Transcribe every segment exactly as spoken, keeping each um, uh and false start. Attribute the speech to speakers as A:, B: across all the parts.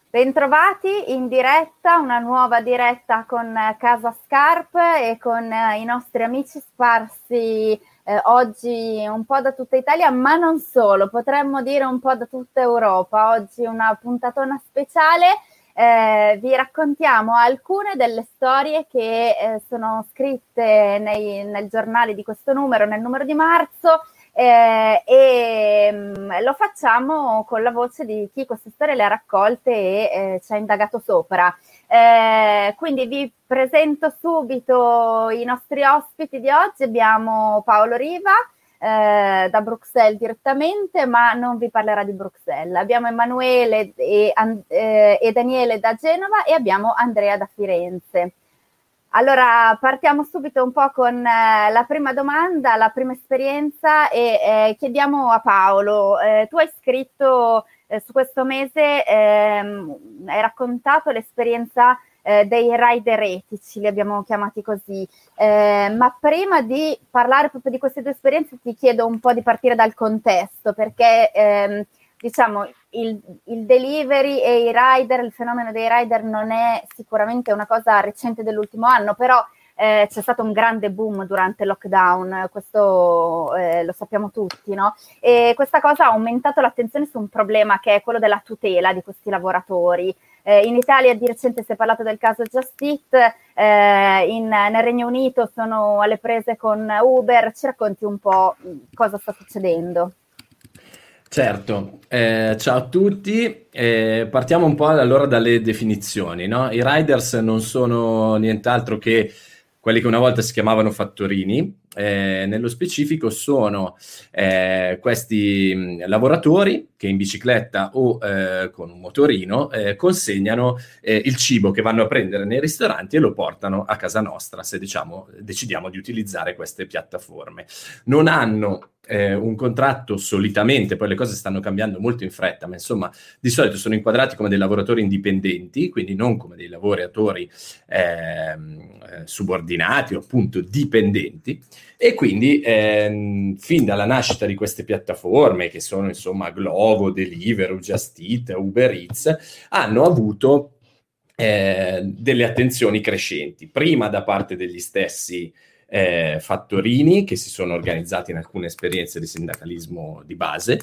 A: Bentrovati in diretta, una nuova diretta con Casa Scarp e con i nostri amici sparsi eh, oggi un po' da tutta Italia, ma non solo, potremmo dire un po' da tutta Europa. Oggi una puntatona speciale, eh, vi raccontiamo alcune delle storie che eh, sono scritte nei, nel giornale di questo numero, nel numero di marzo. Eh, e mh, lo facciamo con la voce di chi queste storie le ha raccolte e eh, ci ha indagato sopra. Eh, quindi vi presento subito i nostri ospiti di oggi. Abbiamo Paolo Riva eh, da Bruxelles direttamente, ma non vi parlerà di Bruxelles. Abbiamo Emanuele e, eh, e Daniele da Genova e abbiamo Andrea da Firenze. Allora, partiamo subito un po' con eh, la prima domanda, la prima esperienza e eh, chiediamo a Paolo, eh, tu hai scritto eh, su questo mese, ehm, hai raccontato l'esperienza eh, dei rider etici, li abbiamo chiamati così, eh, ma prima di parlare proprio di queste due esperienze ti chiedo un po' di partire dal contesto, perché ehm, diciamo il, il delivery e i rider, il fenomeno dei rider non è sicuramente una cosa recente dell'ultimo anno, però eh, c'è stato un grande boom durante il lockdown, questo eh, lo sappiamo tutti, no? E questa cosa ha aumentato l'attenzione su un problema che è quello della tutela di questi lavoratori. Eh, in Italia di recente si è parlato del caso Just Eat, eh, in, nel Regno Unito sono alle prese con Uber. Ci racconti un po' cosa sta succedendo?
B: Certo, eh, ciao a tutti, eh, partiamo un po' allora dalle definizioni, no? I riders non sono nient'altro che quelli che una volta si chiamavano fattorini, eh, nello specifico sono eh, questi mh, lavoratori che in bicicletta o eh, con un motorino eh, consegnano eh, il cibo che vanno a prendere nei ristoranti e lo portano a casa nostra se diciamo, decidiamo di utilizzare queste piattaforme. Non hanno eh, un contratto solitamente, poi le cose stanno cambiando molto in fretta, ma insomma di solito sono inquadrati come dei lavoratori indipendenti, quindi non come dei lavoratori eh, subordinati o appunto dipendenti. E quindi ehm, fin dalla nascita di queste piattaforme, che sono insomma Glovo, Deliveroo, Just Eat, Uber Eats, hanno avuto eh, delle attenzioni crescenti, prima da parte degli stessi eh, fattorini che si sono organizzati in alcune esperienze di sindacalismo di base,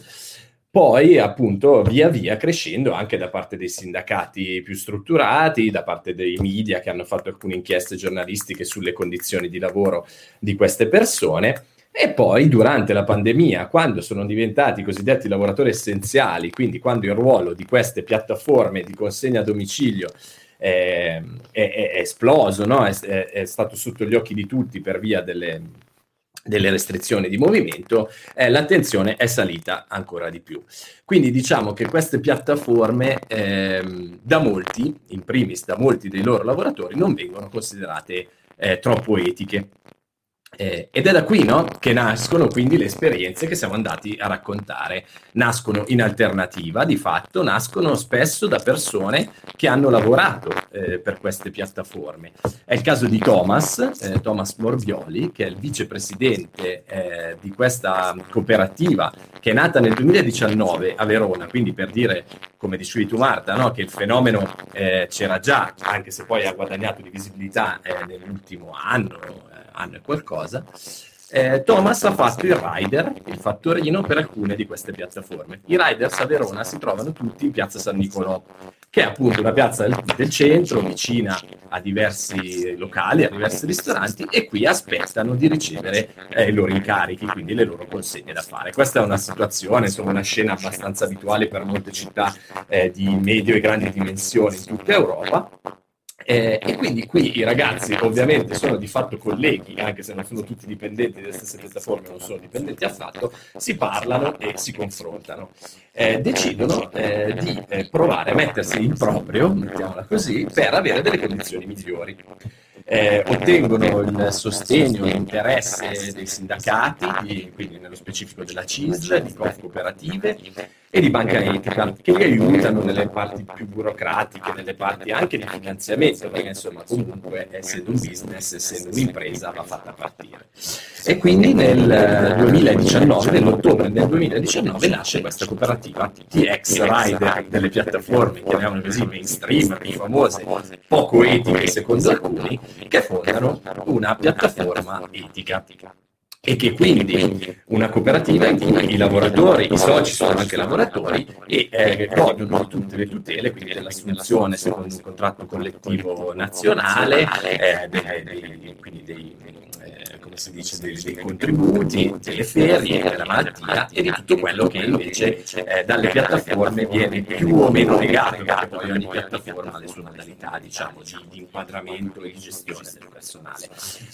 B: poi appunto via via crescendo anche da parte dei sindacati più strutturati, da parte dei media che hanno fatto alcune inchieste giornalistiche sulle condizioni di lavoro di queste persone. E poi durante la pandemia, quando sono diventati i cosiddetti lavoratori essenziali, quindi quando il ruolo di queste piattaforme di consegna a domicilio è, è, è esploso, no? è, è, è stato sotto gli occhi di tutti per via delle delle restrizioni di movimento, eh, l'attenzione è salita ancora di più. Quindi diciamo che queste piattaforme ehm, da molti, in primis da molti dei loro lavoratori, non vengono considerate eh, troppo etiche. Eh, ed è da qui, no, che nascono quindi le esperienze che siamo andati a raccontare. Nascono in alternativa, di fatto, nascono spesso da persone che hanno lavorato eh, per queste piattaforme. È il caso di Thomas, eh, Thomas Morbioli, che è il vicepresidente eh, di questa cooperativa che è nata nel duemiladiciannove a Verona, quindi per dire, come dicevi tu Marta, no, che il fenomeno eh, c'era già, anche se poi ha guadagnato di visibilità eh, nell'ultimo anno, eh, anno e qualcosa. Eh, Thomas ha fatto il rider, il fattorino per alcune di queste piattaforme. I riders a Verona si trovano tutti in piazza San Nicolò, che è appunto una piazza del, del centro, vicina a diversi locali, a diversi ristoranti, e qui aspettano di ricevere eh, i loro incarichi, quindi le loro consegne da fare. Questa è una situazione, insomma, una scena abbastanza abituale per molte città eh, di medio e grandi dimensioni in tutta Europa. Eh, e quindi qui i ragazzi ovviamente sono di fatto colleghi, anche se non sono tutti dipendenti delle stesse piattaforme, non sono dipendenti affatto, si parlano e si confrontano. Eh, decidono eh, di eh, provare a mettersi in proprio, mettiamola così, per avere delle condizioni migliori. Eh, ottengono il sostegno e l'interesse dei sindacati, di, quindi nello specifico della C I S L, di Confcooperative, e di banca etica, che li aiutano nelle parti più burocratiche, nelle parti anche di finanziamento, perché insomma comunque essendo un business, essendo un'impresa va fatta partire. E quindi nel duemiladiciannove, nell'ottobre del duemiladiciannove nasce questa cooperativa di ex-rider delle piattaforme, chiamiamole così, mainstream, più famose, poco etiche secondo alcuni, che fondano una piattaforma etica. E che quindi una cooperativa in cui i lavoratori, i soci sono anche lavoratori e eh, godono di tutte le tutele, quindi dell'assunzione secondo un contratto collettivo nazionale, eh, dei, dei, quindi dei, eh, come si dice, dei, dei contributi, delle ferie, della malattia e di tutto quello che invece eh, dalle piattaforme viene più o meno negato, perché poi ogni piattaforma ha le sue modalità, diciamo, di, di inquadramento e di gestione del personale.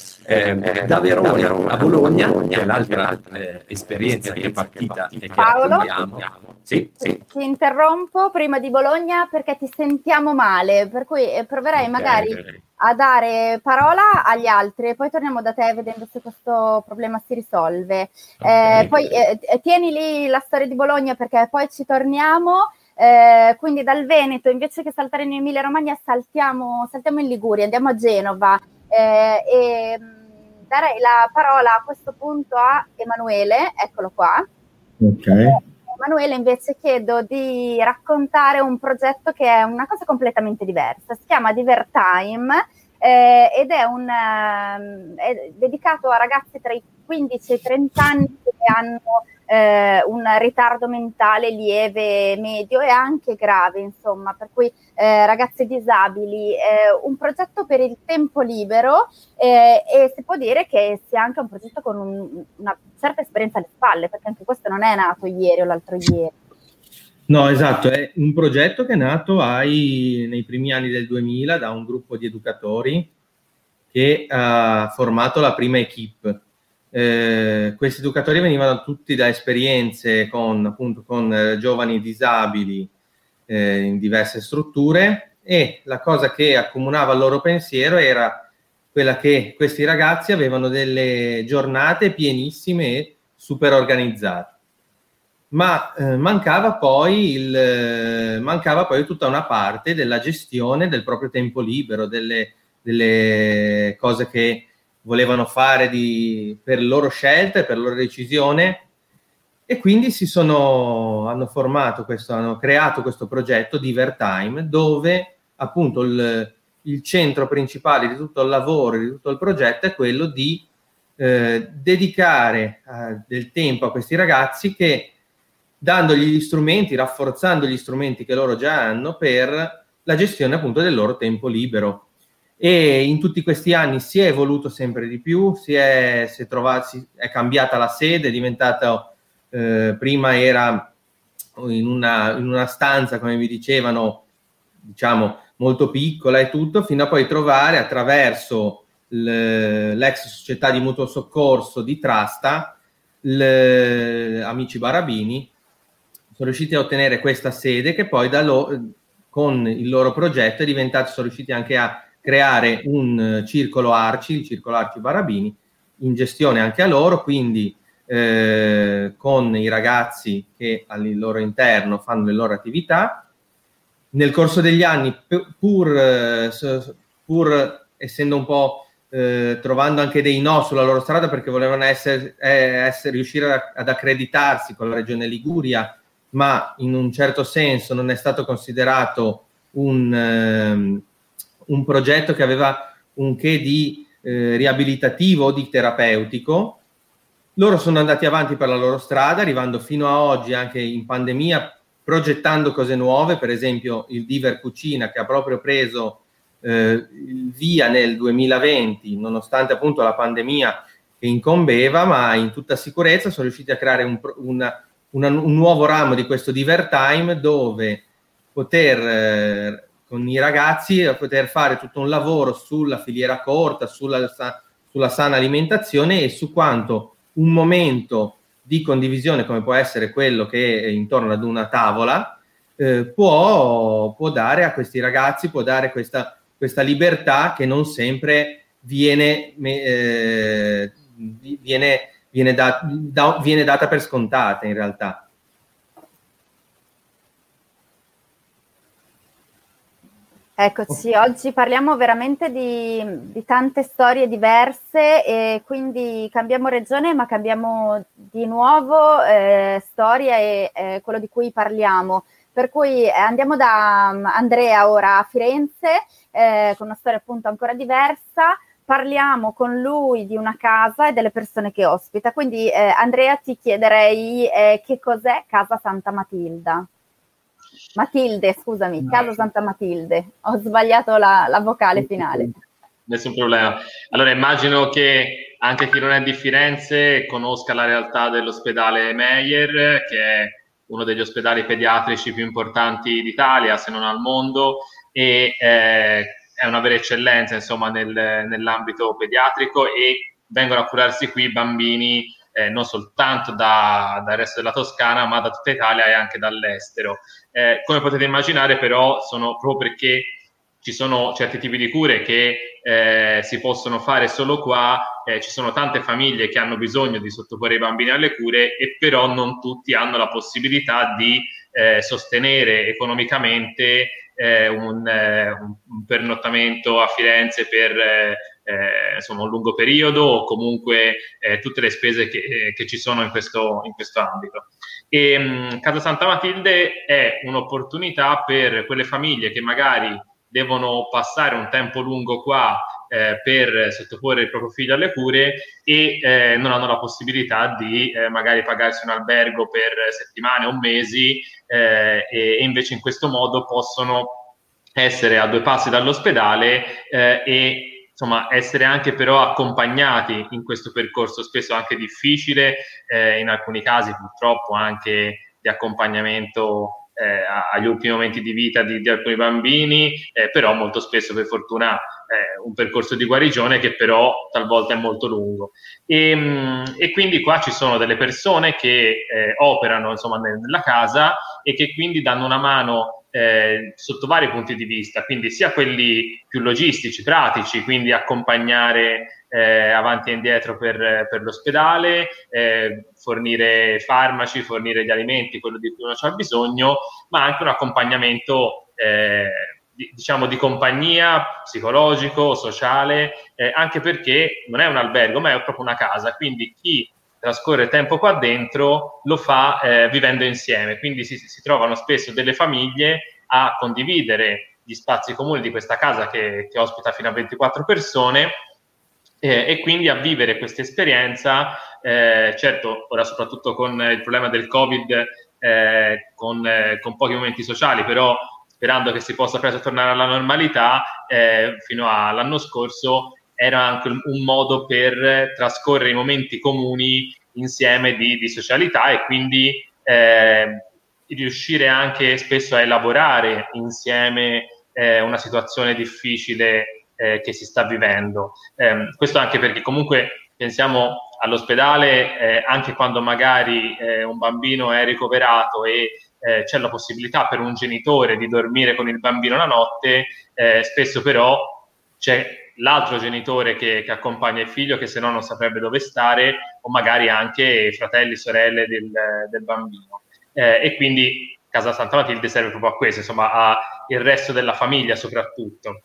B: Eh, da Verona a Bologna, che è l'altra eh, esperienza che è partita e che
A: Paolo,
B: raccontiamo. Sì, sì.
A: Ti interrompo prima di Bologna perché ti sentiamo male, per cui proverai
B: Okay,
A: magari
B: okay.
A: a dare parola agli altri e poi torniamo da te vedendo se questo problema si risolve.
B: Okay.
A: Eh, poi eh, tieni lì la storia di Bologna perché poi ci torniamo. Eh, quindi dal Veneto, invece che saltare in Emilia Romagna, saltiamo, saltiamo in Liguria, andiamo a Genova eh, e mh, darei la parola a questo punto a Emanuele, eccolo qua.
C: Ok.
A: Eh, Emanuele, invece chiedo di raccontare un progetto che è una cosa completamente diversa, si chiama Divertime eh, ed è, un, eh, è dedicato a ragazzi tra i quindici e i trenta anni che hanno eh, un ritardo mentale lieve, medio e anche grave, insomma, per cui eh, ragazzi disabili, eh, un progetto per il tempo libero eh, e si può dire che sia anche un progetto con un, una certa esperienza alle spalle, perché anche questo non è nato ieri o l'altro ieri.
C: No, esatto, è un progetto che è nato ai, nei primi anni del duemila da un gruppo di educatori che ha formato la prima equipe. Eh, questi educatori venivano tutti da esperienze con, appunto, con eh, giovani disabili eh, in diverse strutture e la cosa che accomunava il loro pensiero era quella che questi ragazzi avevano delle giornate pienissime e super organizzate. Ma eh, mancava poi il, eh, mancava poi tutta una parte della gestione del proprio tempo libero, delle, delle cose che volevano fare di, per loro scelte, per loro decisione, e quindi si sono, hanno formato questo, hanno creato questo progetto Divertime, dove appunto il, il centro principale di tutto il lavoro, di tutto il progetto è quello di eh, dedicare eh, del tempo a questi ragazzi che dandogli gli strumenti, rafforzando gli strumenti che loro già hanno per la gestione appunto del loro tempo libero. E in tutti questi anni si è evoluto sempre di più, si è, si è, trovato, si è cambiata la sede, è diventato, eh, prima era in una, in una stanza, come vi dicevano, diciamo molto piccola e tutto, fino a poi trovare attraverso l'ex società di mutuo soccorso di Trasta, Amici Barabini, sono riusciti a ottenere questa sede che poi da lo, con il loro progetto è diventato, sono riusciti anche a creare un circolo Arci, il circolo Arci Barabini, in gestione anche a loro, quindi eh, con i ragazzi che al loro interno fanno le loro attività. Nel corso degli anni, pur, pur essendo un po' eh, trovando anche dei no sulla loro strada, perché volevano essere, eh, essere riuscire a, ad accreditarsi con la Regione Liguria, ma in un certo senso non è stato considerato un, um, un progetto che aveva un che di eh, riabilitativo o di terapeutico. Loro sono andati avanti per la loro strada, arrivando fino a oggi, anche in pandemia, progettando cose nuove, per esempio il Diver Cucina, che ha proprio preso eh, il via nel duemilaventi, nonostante appunto la pandemia che incombeva, ma in tutta sicurezza sono riusciti a creare un, una Una, un nuovo ramo di questo Divertime dove poter eh, con i ragazzi poter fare tutto un lavoro sulla filiera corta, sulla, sulla sana alimentazione e su quanto un momento di condivisione come può essere quello che è intorno ad una tavola eh, può, può dare a questi ragazzi, può dare questa, questa libertà che non sempre viene eh, viene Viene, da, da, viene data per scontata in realtà.
A: Eccoci, oggi parliamo veramente di, di tante storie diverse e quindi cambiamo regione ma cambiamo di nuovo eh, storia e eh, quello di cui parliamo. Per cui eh, andiamo da Andrea ora a Firenze eh, con una storia appunto ancora diversa. Parliamo con lui di una casa e delle persone che ospita. Quindi eh, Andrea, ti chiederei eh, che cos'è Casa Santa Matilda. Matilde, scusami, no. Casa Santa Matilde. Ho sbagliato la, la vocale finale.
D: Nessun problema. Allora immagino che anche chi non è di Firenze conosca la realtà dell'ospedale Meyer, che è uno degli ospedali pediatrici più importanti d'Italia, se non al mondo, e eh, è una vera eccellenza insomma nel, nell'ambito pediatrico, e vengono a curarsi qui bambini eh, non soltanto da, dal resto della Toscana, ma da tutta Italia e anche dall'estero. Eh, come potete immaginare, però, sono proprio perché ci sono certi tipi di cure che eh, si possono fare solo qua, eh, ci sono tante famiglie che hanno bisogno di sottoporre i bambini alle cure, e però non tutti hanno la possibilità di eh, sostenere economicamente eh, un, eh, un pernottamento a Firenze per eh, eh, insomma, un lungo periodo, o comunque eh, tutte le spese che, eh, che ci sono in questo, in questo ambito. E, mh, Casa Santa Matilde è un'opportunità per quelle famiglie che magari devono passare un tempo lungo qua eh, per sottoporre il proprio figlio alle cure e eh, non hanno la possibilità di eh, magari pagarsi un albergo per settimane o mesi eh, e, e invece in questo modo possono essere a due passi dall'ospedale eh, e insomma essere anche però accompagnati in questo percorso spesso anche difficile, eh, in alcuni casi purtroppo anche di accompagnamento Eh, agli ultimi momenti di vita di, di alcuni bambini, eh, però molto spesso per fortuna eh, un percorso di guarigione che però talvolta è molto lungo. E, mh, e quindi qua ci sono delle persone che eh, operano insomma nella casa e che quindi danno una mano eh, sotto vari punti di vista, quindi sia quelli più logistici, pratici, quindi accompagnare Eh, avanti e indietro per, per l'ospedale, eh, fornire farmaci, fornire gli alimenti, quello di cui uno ha bisogno, ma anche un accompagnamento eh, di, diciamo di compagnia, psicologico, sociale, eh, anche perché non è un albergo, ma è proprio una casa, quindi chi trascorre tempo qua dentro lo fa eh, vivendo insieme, quindi si, si trovano spesso delle famiglie a condividere gli spazi comuni di questa casa che, che ospita fino a ventiquattro persone, Eh, e quindi a vivere questa esperienza, eh, certo ora soprattutto con il problema del Covid, eh, con, eh, con pochi momenti sociali, però sperando che si possa presto tornare alla normalità, eh, fino all'anno scorso era anche un, un modo per trascorrere i momenti comuni insieme di, di socialità, e quindi eh, riuscire anche spesso a elaborare insieme eh, una situazione difficile Eh, che si sta vivendo. Eh, questo anche perché comunque pensiamo all'ospedale, eh, anche quando magari eh, un bambino è ricoverato e eh, c'è la possibilità per un genitore di dormire con il bambino la notte, eh, spesso però c'è l'altro genitore che, che accompagna il figlio, che se no non saprebbe dove stare, o magari anche fratelli, sorelle del, del bambino. Eh, e quindi Casa Santa Matilde serve proprio a questo, insomma, al resto della famiglia soprattutto.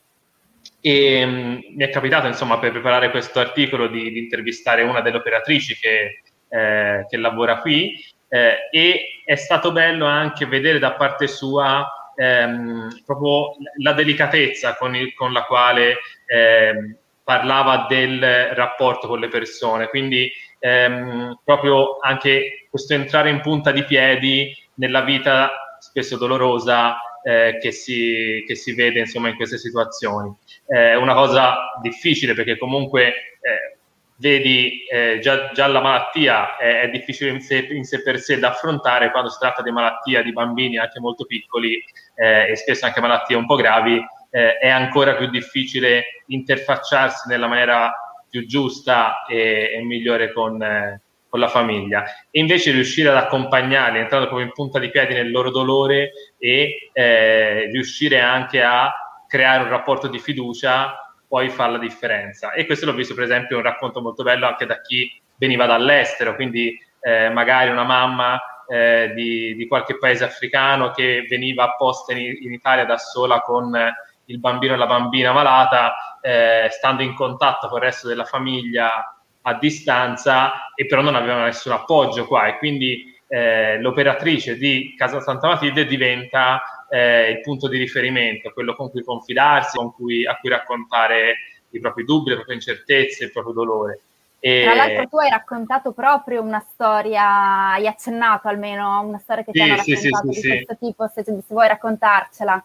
D: E mh, mi è capitato insomma per preparare questo articolo di, di intervistare una delle operatrici che, eh, che lavora qui, eh, e è stato bello anche vedere da parte sua ehm, proprio la delicatezza con, il, con la quale ehm, parlava del rapporto con le persone, quindi ehm, proprio anche questo entrare in punta di piedi nella vita spesso dolorosa Eh, che, si, che si vede insomma in queste situazioni. È eh, una cosa difficile perché comunque eh, vedi eh, già, già la malattia è, è difficile in sé, in sé per sé da affrontare. Quando si tratta di malattia di bambini anche molto piccoli eh, e spesso anche malattie un po' gravi, eh, è ancora più difficile interfacciarsi nella maniera più giusta e, e migliore con, eh, con la famiglia, e invece riuscire ad accompagnarli entrando proprio in punta di piedi nel loro dolore e eh, riuscire anche a creare un rapporto di fiducia poi fa la differenza. E questo l'ho visto per esempio un racconto molto bello anche da chi veniva dall'estero, quindi eh, magari una mamma eh, di, di qualche paese africano che veniva apposta in, in Italia da sola con il bambino e la bambina malata, eh, stando in contatto con il resto della famiglia a distanza, e però non avevano nessun appoggio qua, e quindi eh, l'operatrice di Casa Santa Matilde diventa eh, il punto di riferimento, quello con cui confidarsi, con cui, a cui raccontare i propri dubbi, le proprie incertezze, il proprio dolore. E... Tra
A: l'altro tu hai raccontato proprio una storia, hai accennato almeno una storia che
D: sì,
A: ti hanno
D: sì,
A: raccontato
D: sì, sì,
A: di questo sì. tipo, se, se vuoi raccontarcela.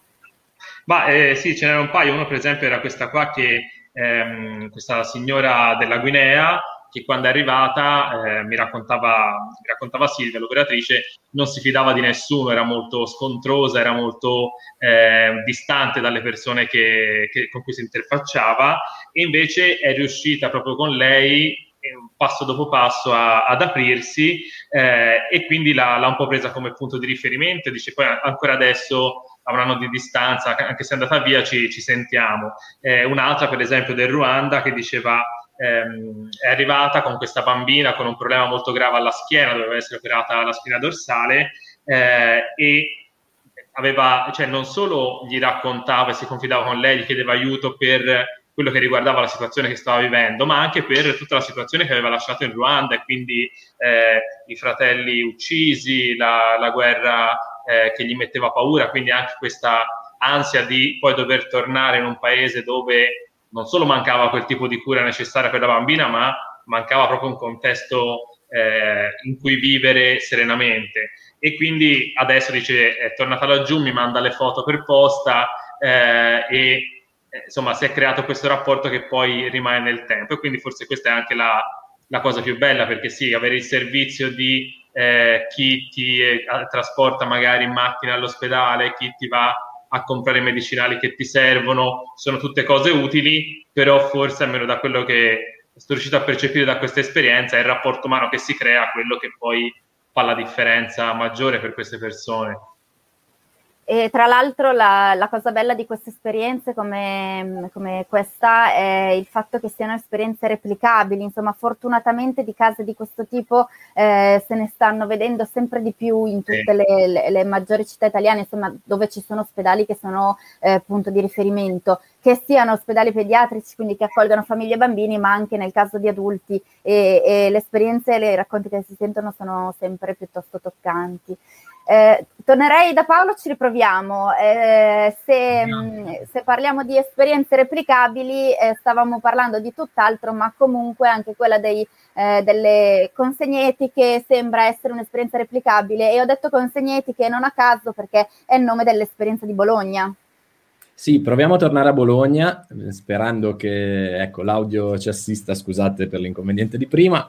D: Ma eh, sì, ce n'era un paio. Uno per esempio era questa qua, che ehm, questa signora della Guinea, che quando è arrivata eh, mi raccontava, mi raccontava Silvia, l'operatrice, non si fidava di nessuno, era molto scontrosa, era molto eh, distante dalle persone che, che, con cui si interfacciava, e invece è riuscita proprio con lei, passo dopo passo, a, ad aprirsi, eh, e quindi l'ha, l'ha un po' presa come punto di riferimento. Dice poi ancora adesso, a un anno di distanza, anche se è andata via, ci, ci sentiamo. Eh, un'altra per esempio del Ruanda, che diceva ehm, è arrivata con questa bambina con un problema molto grave alla schiena, doveva essere operata la spina dorsale, eh, e aveva, cioè non solo gli raccontava e si confidava con lei, gli chiedeva aiuto per quello che riguardava la situazione che stava vivendo, ma anche per tutta la situazione che aveva lasciato in Ruanda, e quindi eh, i fratelli uccisi, la, la guerra eh, che gli metteva paura, quindi anche questa ansia di poi dover tornare in un paese dove non solo mancava quel tipo di cura necessaria per la bambina, ma mancava proprio un contesto eh, in cui vivere serenamente. E quindi adesso dice, è tornata laggiù, mi manda le foto per posta, eh, e insomma si è creato questo rapporto che poi rimane nel tempo, e quindi forse questa è anche la, la cosa più bella, perché sì, avere il servizio di eh, chi ti eh, trasporta magari in macchina all'ospedale, chi ti va a comprare i medicinali che ti servono, sono tutte cose utili, però forse, almeno da quello che sto riuscito a percepire da questa esperienza, è il rapporto umano che si crea quello che poi fa la differenza maggiore per queste persone.
A: E tra l'altro la, la cosa bella di queste esperienze come, come questa è il fatto che siano esperienze replicabili. Insomma, fortunatamente di case di questo tipo eh, se ne stanno vedendo sempre di più in tutte le, le, le maggiori città italiane, insomma, dove ci sono ospedali che sono eh, punto di riferimento, che siano ospedali pediatrici, quindi che accolgano famiglie e bambini, ma anche nel caso di adulti, e, e le esperienze e le racconti che si sentono sono sempre piuttosto toccanti. Eh, tornerei da Paolo, ci riproviamo. Eh, se, mh, se parliamo di esperienze replicabili, eh, stavamo parlando di tutt'altro, ma comunque anche quella dei, eh, delle consegne etiche sembra essere un'esperienza replicabile, e ho detto consegne etiche non a caso, perché è il nome dell'esperienza di Bologna.
B: Sì, proviamo a tornare a Bologna, sperando che ecco, l'audio ci assista, scusate per l'inconveniente di prima.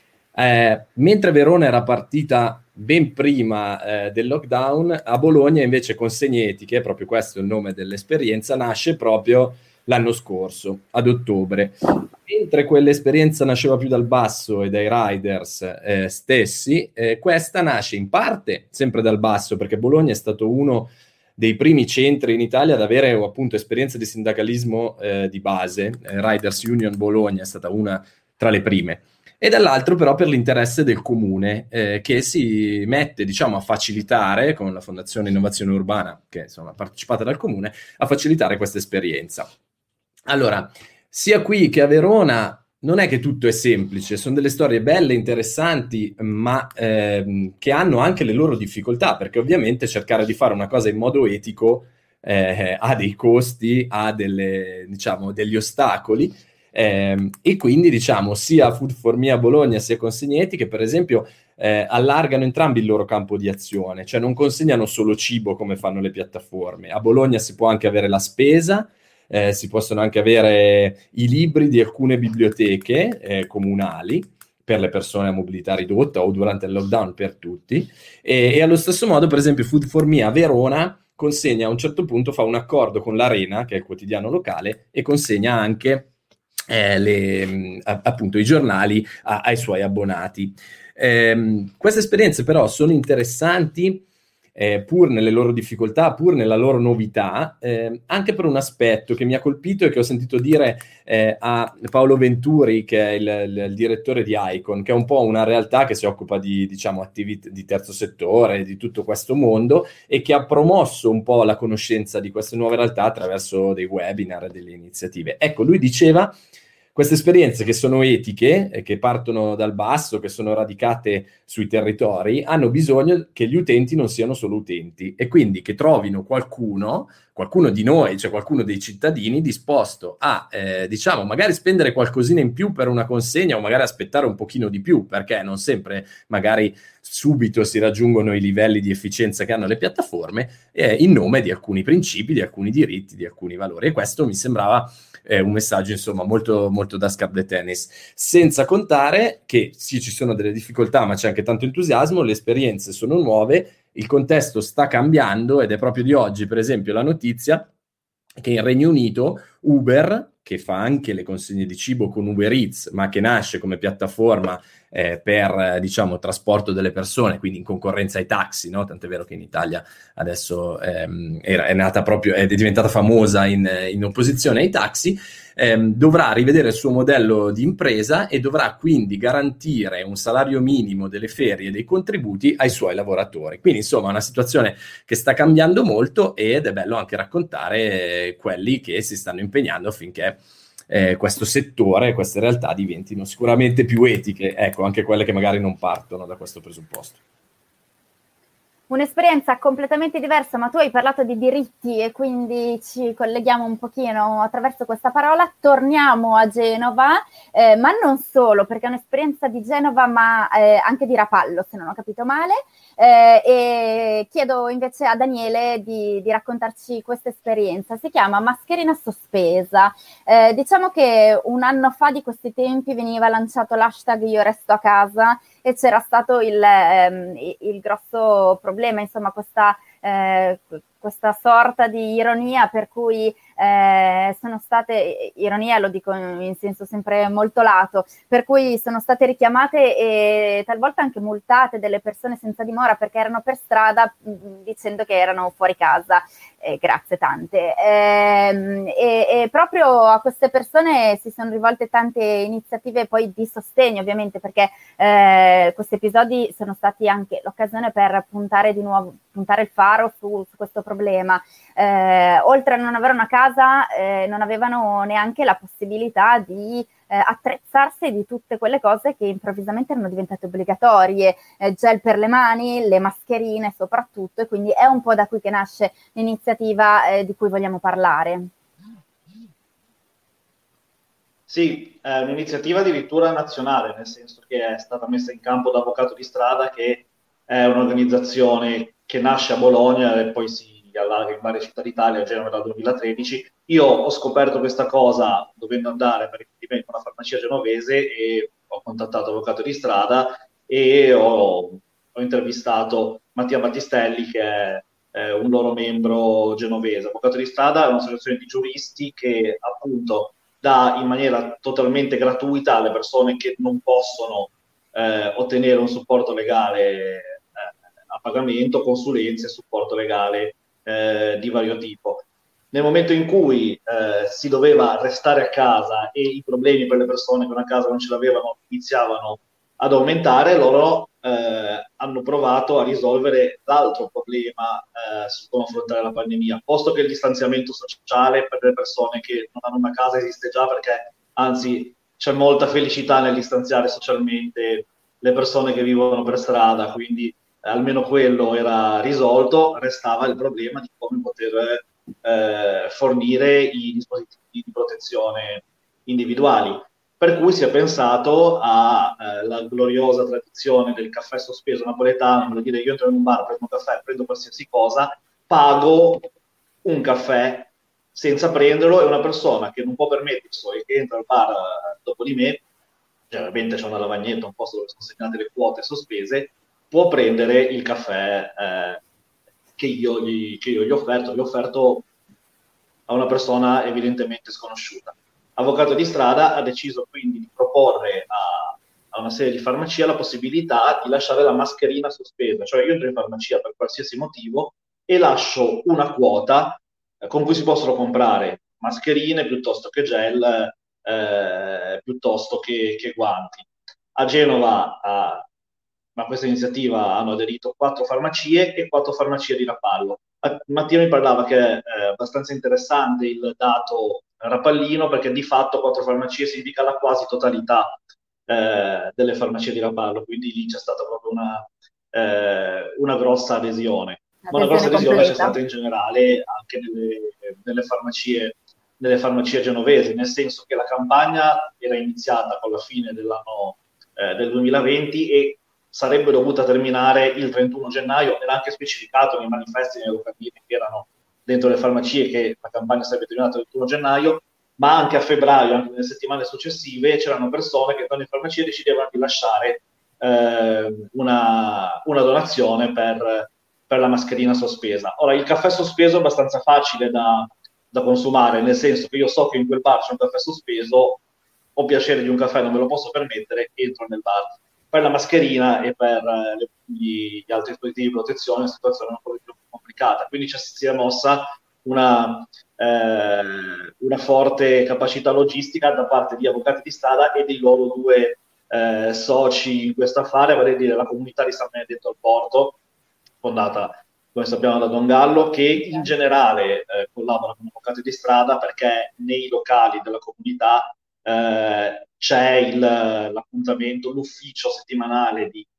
B: Eh, mentre Verona era partita ben prima eh, del lockdown, a Bologna invece Consegne Etiche, proprio questo è il nome dell'esperienza, nasce proprio l'anno scorso, ad ottobre. Mentre quell'esperienza nasceva più dal basso e dai riders eh, stessi, eh, questa nasce in parte sempre dal basso, perché Bologna è stato uno dei primi centri in Italia ad avere appunto esperienza di sindacalismo eh, di base. eh, Riders Union Bologna è stata una tra le prime. E dall'altro però per l'interesse del comune, eh, che si mette, diciamo, a facilitare, con la Fondazione Innovazione Urbana, che insomma partecipata dal comune, a facilitare questa esperienza. Allora, sia qui che a Verona non è che tutto è semplice, sono delle storie belle, interessanti, ma ehm, che hanno anche le loro difficoltà, perché ovviamente cercare di fare una cosa in modo etico eh, ha dei costi, ha delle, diciamo, degli ostacoli. Eh, e quindi diciamo sia Food for Me a Bologna sia Consegne Etiche per esempio eh, allargano entrambi il loro campo di azione, cioè non consegnano solo cibo come fanno le piattaforme. A Bologna si può anche avere la spesa, eh, si possono anche avere i libri di alcune biblioteche eh, comunali per le persone a mobilità ridotta o durante il lockdown per tutti, e, e allo stesso modo per esempio Food for Me a Verona consegna, a un certo punto fa un accordo con l'Arena, che è il quotidiano locale, e consegna anche Eh, le, appunto i giornali a, ai suoi abbonati. Eh, queste esperienze però sono interessanti eh, pur nelle loro difficoltà, pur nella loro novità, eh, anche per un aspetto che mi ha colpito e che ho sentito dire eh, a Paolo Venturi, che è il, il, il direttore di Icon, che è un po' una realtà che si occupa di, diciamo, attività di terzo settore, di tutto questo mondo, e che ha promosso un po' la conoscenza di queste nuove realtà attraverso dei webinar e delle iniziative. Ecco, lui diceva: queste esperienze che sono etiche, eh, che partono dal basso, che sono radicate sui territori, hanno bisogno che gli utenti non siano solo utenti, e quindi che trovino qualcuno, qualcuno di noi, cioè qualcuno dei cittadini disposto a, eh, diciamo, magari spendere qualcosina in più per una consegna, o magari aspettare un pochino di più, perché non sempre magari subito si raggiungono i livelli di efficienza che hanno le piattaforme, eh, in nome di alcuni principi, di alcuni diritti, di alcuni valori. E questo mi sembrava eh, un messaggio, insomma, molto, molto da Scarpe de Tennis, senza contare che sì, ci sono delle difficoltà, ma c'è anche tanto entusiasmo, le esperienze sono nuove, il contesto sta cambiando, ed è proprio di oggi, per esempio, la notizia che in Regno Unito Uber, che fa anche le consegne di cibo con Uber Eats, ma che nasce come piattaforma eh, per, eh, diciamo, trasporto delle persone, quindi in concorrenza ai taxi, no? Tant'è vero che in Italia adesso ehm, era, è nata proprio, è diventata famosa in, in opposizione ai taxi, ehm, dovrà rivedere il suo modello di impresa e dovrà quindi garantire un salario minimo delle ferie e dei contributi ai suoi lavoratori. Quindi, insomma, è una situazione che sta cambiando molto, ed è bello anche raccontare quelli che si stanno impegnando affinché eh, questo settore, queste realtà diventino sicuramente più etiche, ecco, anche quelle che magari non partono da questo presupposto.
A: Un'esperienza completamente diversa, ma tu hai parlato di diritti e quindi ci colleghiamo un pochino attraverso questa parola. Torniamo a Genova, eh, ma non solo, perché è un'esperienza di Genova, ma eh, anche di Rapallo, se non ho capito male. Eh, e chiedo invece a Daniele di, di raccontarci questa esperienza. Si chiama Mascherina Sospesa. Eh, diciamo che un anno fa di questi tempi veniva lanciato l'hashtag Io resto a casa, e c'era stato il, ehm, il grosso problema, insomma, questa, eh, questa sorta di ironia per cui eh, sono state, ironia lo dico in senso sempre molto lato, per cui sono state richiamate e talvolta anche multate delle persone senza dimora perché erano per strada mh, dicendo che erano fuori casa. Eh, grazie tante. Eh, e, e proprio a queste persone si sono rivolte tante iniziative poi di sostegno, ovviamente, perché eh, questi episodi sono stati anche l'occasione per puntare di nuovo, puntare il faro su, su questo problema. Eh, oltre a non avere una casa, eh, non avevano neanche la possibilità di eh, attrezzarsi di tutte quelle cose che improvvisamente erano diventate obbligatorie, eh, gel per le mani, le mascherine soprattutto, e quindi è un po' da qui che nasce l'iniziativa eh, di cui vogliamo parlare.
E: Sì, è un'iniziativa addirittura nazionale, nel senso che è stata messa in campo da Avvocato di Strada, che è un'organizzazione che nasce a Bologna e poi si allarga in varie città d'Italia, a Genova dal duemilatredici. Io ho scoperto questa cosa dovendo andare per in una farmacia genovese e ho contattato Avvocato di Strada e ho, ho intervistato Mattia Battistelli, che è eh, un loro membro genovese. Avvocato di Strada è un'associazione di giuristi che appunto dà in maniera totalmente gratuita alle persone che non possono eh, ottenere un supporto legale eh, a pagamento, consulenze e supporto legale eh, di vario tipo. Nel momento in cui eh, si doveva restare a casa e i problemi per le persone che una casa non ce l'avevano iniziavano ad aumentare, loro eh, hanno provato a risolvere l'altro problema eh, su come affrontare la pandemia, posto che il distanziamento sociale per le persone che non hanno una casa esiste già, perché anzi c'è molta felicità nel distanziare socialmente le persone che vivono per strada, quindi eh, almeno quello era risolto. Restava il problema di come poter eh, fornire i dispositivi di protezione individuali. Per cui si è pensato alla eh, gloriosa tradizione del caffè sospeso napoletano, vuol dire io entro in un bar, prendo un caffè, prendo qualsiasi cosa, pago un caffè senza prenderlo, e una persona che non può permettersi e che entra al bar eh, dopo di me, generalmente c'è una lavagnetta, un posto dove sono segnate le quote sospese, può prendere il caffè eh, che, io gli, che io gli ho offerto, gli ho offerto a una persona evidentemente sconosciuta. Avvocato di Strada ha deciso quindi di proporre a, a una serie di farmacie la possibilità di lasciare la mascherina sospesa, cioè io entro in farmacia per qualsiasi motivo e lascio una quota eh, con cui si possono comprare mascherine piuttosto che gel, eh, piuttosto che, che guanti. A Genova a, a questa iniziativa hanno aderito quattro farmacie e quattro farmacie di Rapallo. Mattia mi parlava che è eh, abbastanza interessante il dato Rapallino, perché di fatto quattro farmacie significa la quasi totalità eh, delle farmacie di Rapallo, quindi lì c'è stata proprio una, eh, una grossa adesione. Ma una grossa adesione c'è stata in generale anche nelle, nelle, farmacie, nelle farmacie genovesi, nel senso che la campagna era iniziata con la fine dell'anno eh, del duemilaventi e sarebbe dovuta terminare il trentuno gennaio, era anche specificato nei manifesti nei locandini che erano dentro le farmacie che la campagna sarebbe terminata il trentuno gennaio, ma anche a febbraio, anche nelle settimane successive, c'erano persone che con le farmacie decidevano di lasciare eh, una, una donazione per, per la mascherina sospesa. Ora, il caffè sospeso è abbastanza facile da, da consumare, nel senso che io so che in quel bar c'è un caffè sospeso, ho piacere di un caffè, non me lo posso permettere, entro nel bar. Per la mascherina e per eh, le, gli, gli altri dispositivi di protezione la situazione è un po' più complicata, quindi ci si è mossa una, eh, una forte capacità logistica da parte di Avvocati di Strada e dei loro due eh, soci in questo affare, vale a dire la comunità di San Benedetto al Porto, fondata come sappiamo da Don Gallo, che in generale eh, collabora con Avvocati di Strada perché nei locali della comunità eh, c'è il, l'appuntamento, l'ufficio settimanale di,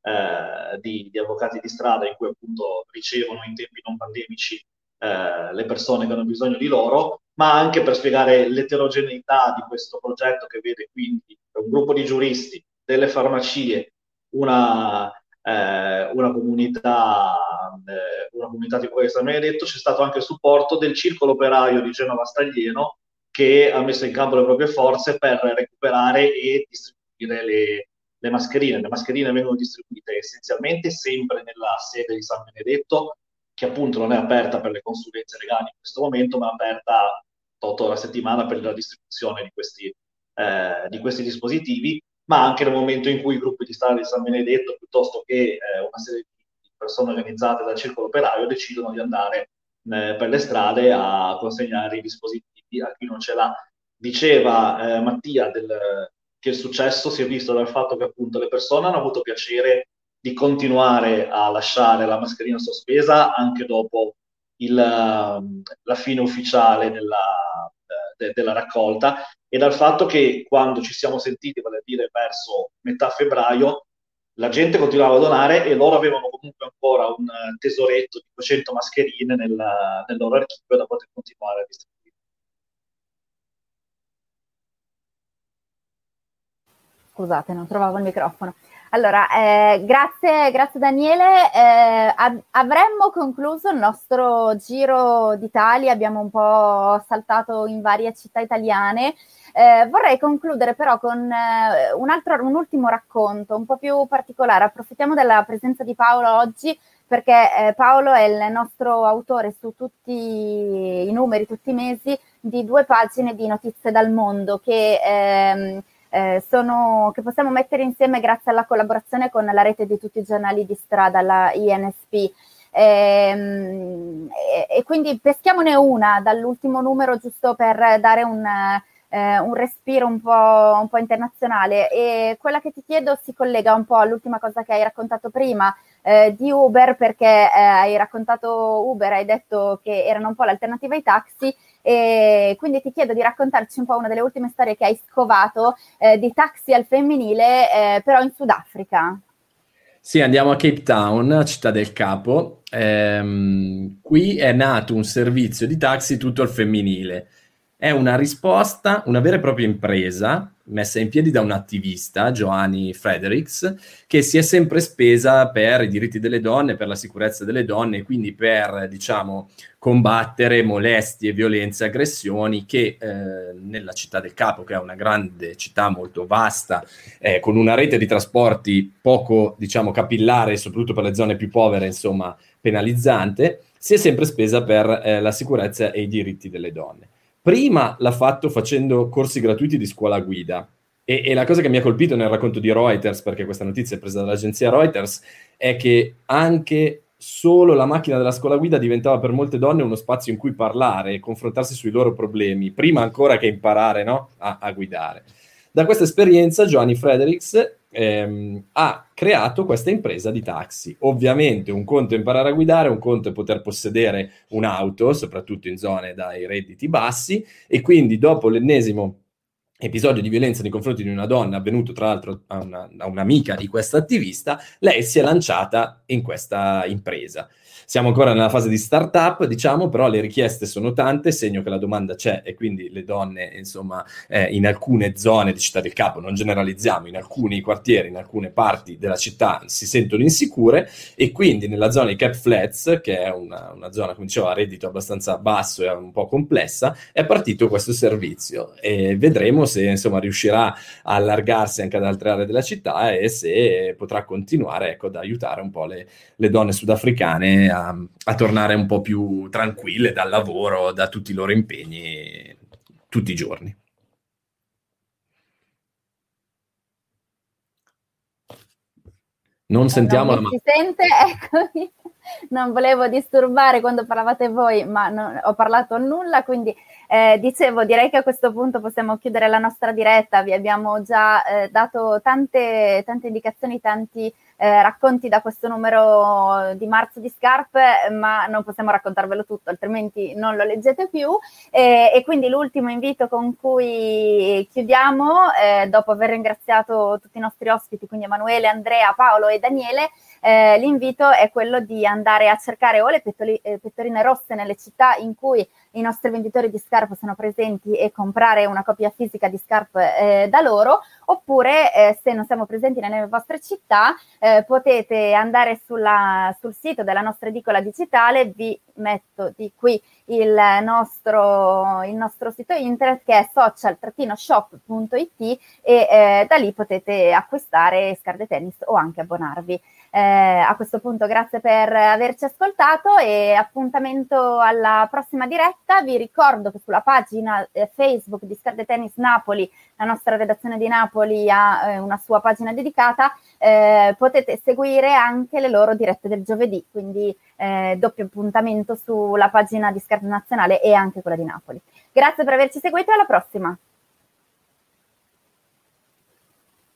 E: eh, di, di Avvocati di Strada in cui appunto ricevono in tempi non pandemici eh, le persone che hanno bisogno di loro, ma anche per spiegare l'eterogeneità di questo progetto che vede quindi un gruppo di giuristi, delle farmacie, una, eh, una comunità eh, una comunità di cui San Benedetto. C'è stato anche il supporto del Circolo Operaio di Genova Staglieno, che ha messo in campo le proprie forze per recuperare e distribuire le, le mascherine. Le mascherine vengono distribuite essenzialmente sempre nella sede di San Benedetto, che appunto non è aperta per le consulenze legali in questo momento, ma è aperta otto ore a settimana per la distribuzione di questi, eh, di questi dispositivi, ma anche nel momento in cui i gruppi di strada di San Benedetto, piuttosto che eh, una serie di persone organizzate dal Circolo Operaio, decidono di andare eh, per le strade a consegnare i dispositivi a chi non ce l'ha. Diceva eh, Mattia del, che il successo si è visto dal fatto che appunto le persone hanno avuto piacere di continuare a lasciare la mascherina sospesa anche dopo il, la fine ufficiale della, de, della raccolta, e dal fatto che quando ci siamo sentiti, vale a dire verso metà febbraio, la gente continuava a donare e loro avevano comunque ancora un tesoretto di duecento mascherine nel, nel loro archivio da poter continuare a distribuire.
A: Scusate, non trovavo il microfono. Allora, eh, grazie, grazie Daniele. Eh, av- avremmo concluso il nostro giro d'Italia, abbiamo un po' saltato in varie città italiane. Eh, vorrei concludere però con eh, un altro, un ultimo racconto, un po' più particolare. Approfittiamo della presenza di Paolo oggi, perché eh, Paolo è il nostro autore su tutti i numeri, tutti i mesi, di due pagine di notizie dal mondo che... Ehm, Eh, sono, che possiamo mettere insieme grazie alla collaborazione con la rete di tutti i giornali di strada, la I N S P. E, e, e quindi peschiamone una dall'ultimo numero, giusto per dare un, eh, un respiro un po', un po' internazionale. E quella che ti chiedo si collega un po' all'ultima cosa che hai raccontato prima, eh, di Uber, perché eh, hai raccontato Uber, hai detto che erano un po' l'alternativa ai taxi. E quindi ti chiedo di raccontarci un po' una delle ultime storie che hai scovato eh, di taxi al femminile, eh, però in Sudafrica.
B: Sì, andiamo a Cape Town, città del capo. Ehm, qui è nato un servizio di taxi tutto al femminile. È una risposta, una vera e propria impresa messa in piedi da un attivista, Johanny Fredericks, che si è sempre spesa per i diritti delle donne, per la sicurezza delle donne, e quindi per, diciamo, combattere molestie, violenze, aggressioni che eh, nella città del Capo, che è una grande città molto vasta, eh, con una rete di trasporti poco, diciamo, capillare, e soprattutto per le zone più povere, insomma, penalizzante, si è sempre spesa per eh, la sicurezza e i diritti delle donne. Prima l'ha fatto facendo corsi gratuiti di scuola guida, E, e la cosa che mi ha colpito nel racconto di Reuters, perché questa notizia è presa dall'agenzia Reuters, è che anche solo la macchina della scuola guida diventava per molte donne uno spazio in cui parlare e confrontarsi sui loro problemi, prima ancora che imparare, no? a, a guidare. Da questa esperienza Johnny Fredericks ehm, ha creato questa impresa di taxi. Ovviamente un conto è imparare a guidare, un conto è poter possedere un'auto, soprattutto in zone dai redditi bassi, e quindi dopo l'ennesimo episodio di violenza nei confronti di una donna avvenuto tra l'altro a, una, a un'amica di questa attivista, lei si è lanciata in questa impresa. Siamo ancora nella fase di startup, diciamo, però le richieste sono tante, segno che la domanda c'è e quindi le donne, insomma, eh, in alcune zone di Città del Capo, non generalizziamo, in alcuni quartieri, in alcune parti della città si sentono insicure, e quindi nella zona di Cap Flats, che è una, una zona, come dicevo, a reddito abbastanza basso e un po' complessa, è partito questo servizio e vedremo se, insomma, riuscirà a allargarsi anche ad altre aree della città e se potrà continuare, ecco, ad aiutare un po' le, le donne sudafricane a, a tornare un po' più tranquille dal lavoro, da tutti i loro impegni tutti i giorni. Non sentiamo
A: non
B: la
A: si sente, eccomi. Non volevo disturbare quando parlavate voi, ma non, ho parlato nulla, quindi eh, dicevo, direi che a questo punto possiamo chiudere la nostra diretta. Vi abbiamo già eh, dato tante, tante indicazioni, tanti eh, racconti da questo numero di marzo di Scarpe, ma non possiamo raccontarvelo tutto, altrimenti non lo leggete più. E, e quindi l'ultimo invito con cui chiudiamo, eh, dopo aver ringraziato tutti i nostri ospiti, quindi Emanuele, Andrea, Paolo e Daniele, eh, l'invito è quello di andare a cercare o le pettoli, eh, pettorine rosse nelle città in cui i nostri venditori di scarpe sono presenti e comprare una copia fisica di scarpe eh, da loro, oppure eh, se non siamo presenti nelle vostre città eh, potete andare sulla, sul sito della nostra edicola digitale. Vi metto di qui il nostro, il nostro sito internet, che è social shop punto it, e eh, da lì potete acquistare scarpe tennis o anche abbonarvi. Eh, a questo punto grazie per averci ascoltato e appuntamento alla prossima diretta. Vi ricordo che sulla pagina eh, Facebook di Scarpe Tennis Napoli, la nostra redazione di Napoli ha eh, una sua pagina dedicata, eh, potete seguire anche le loro dirette del giovedì, quindi eh, doppio appuntamento sulla pagina di Scarpe Nazionale e anche quella di Napoli. Grazie per averci seguito e alla prossima!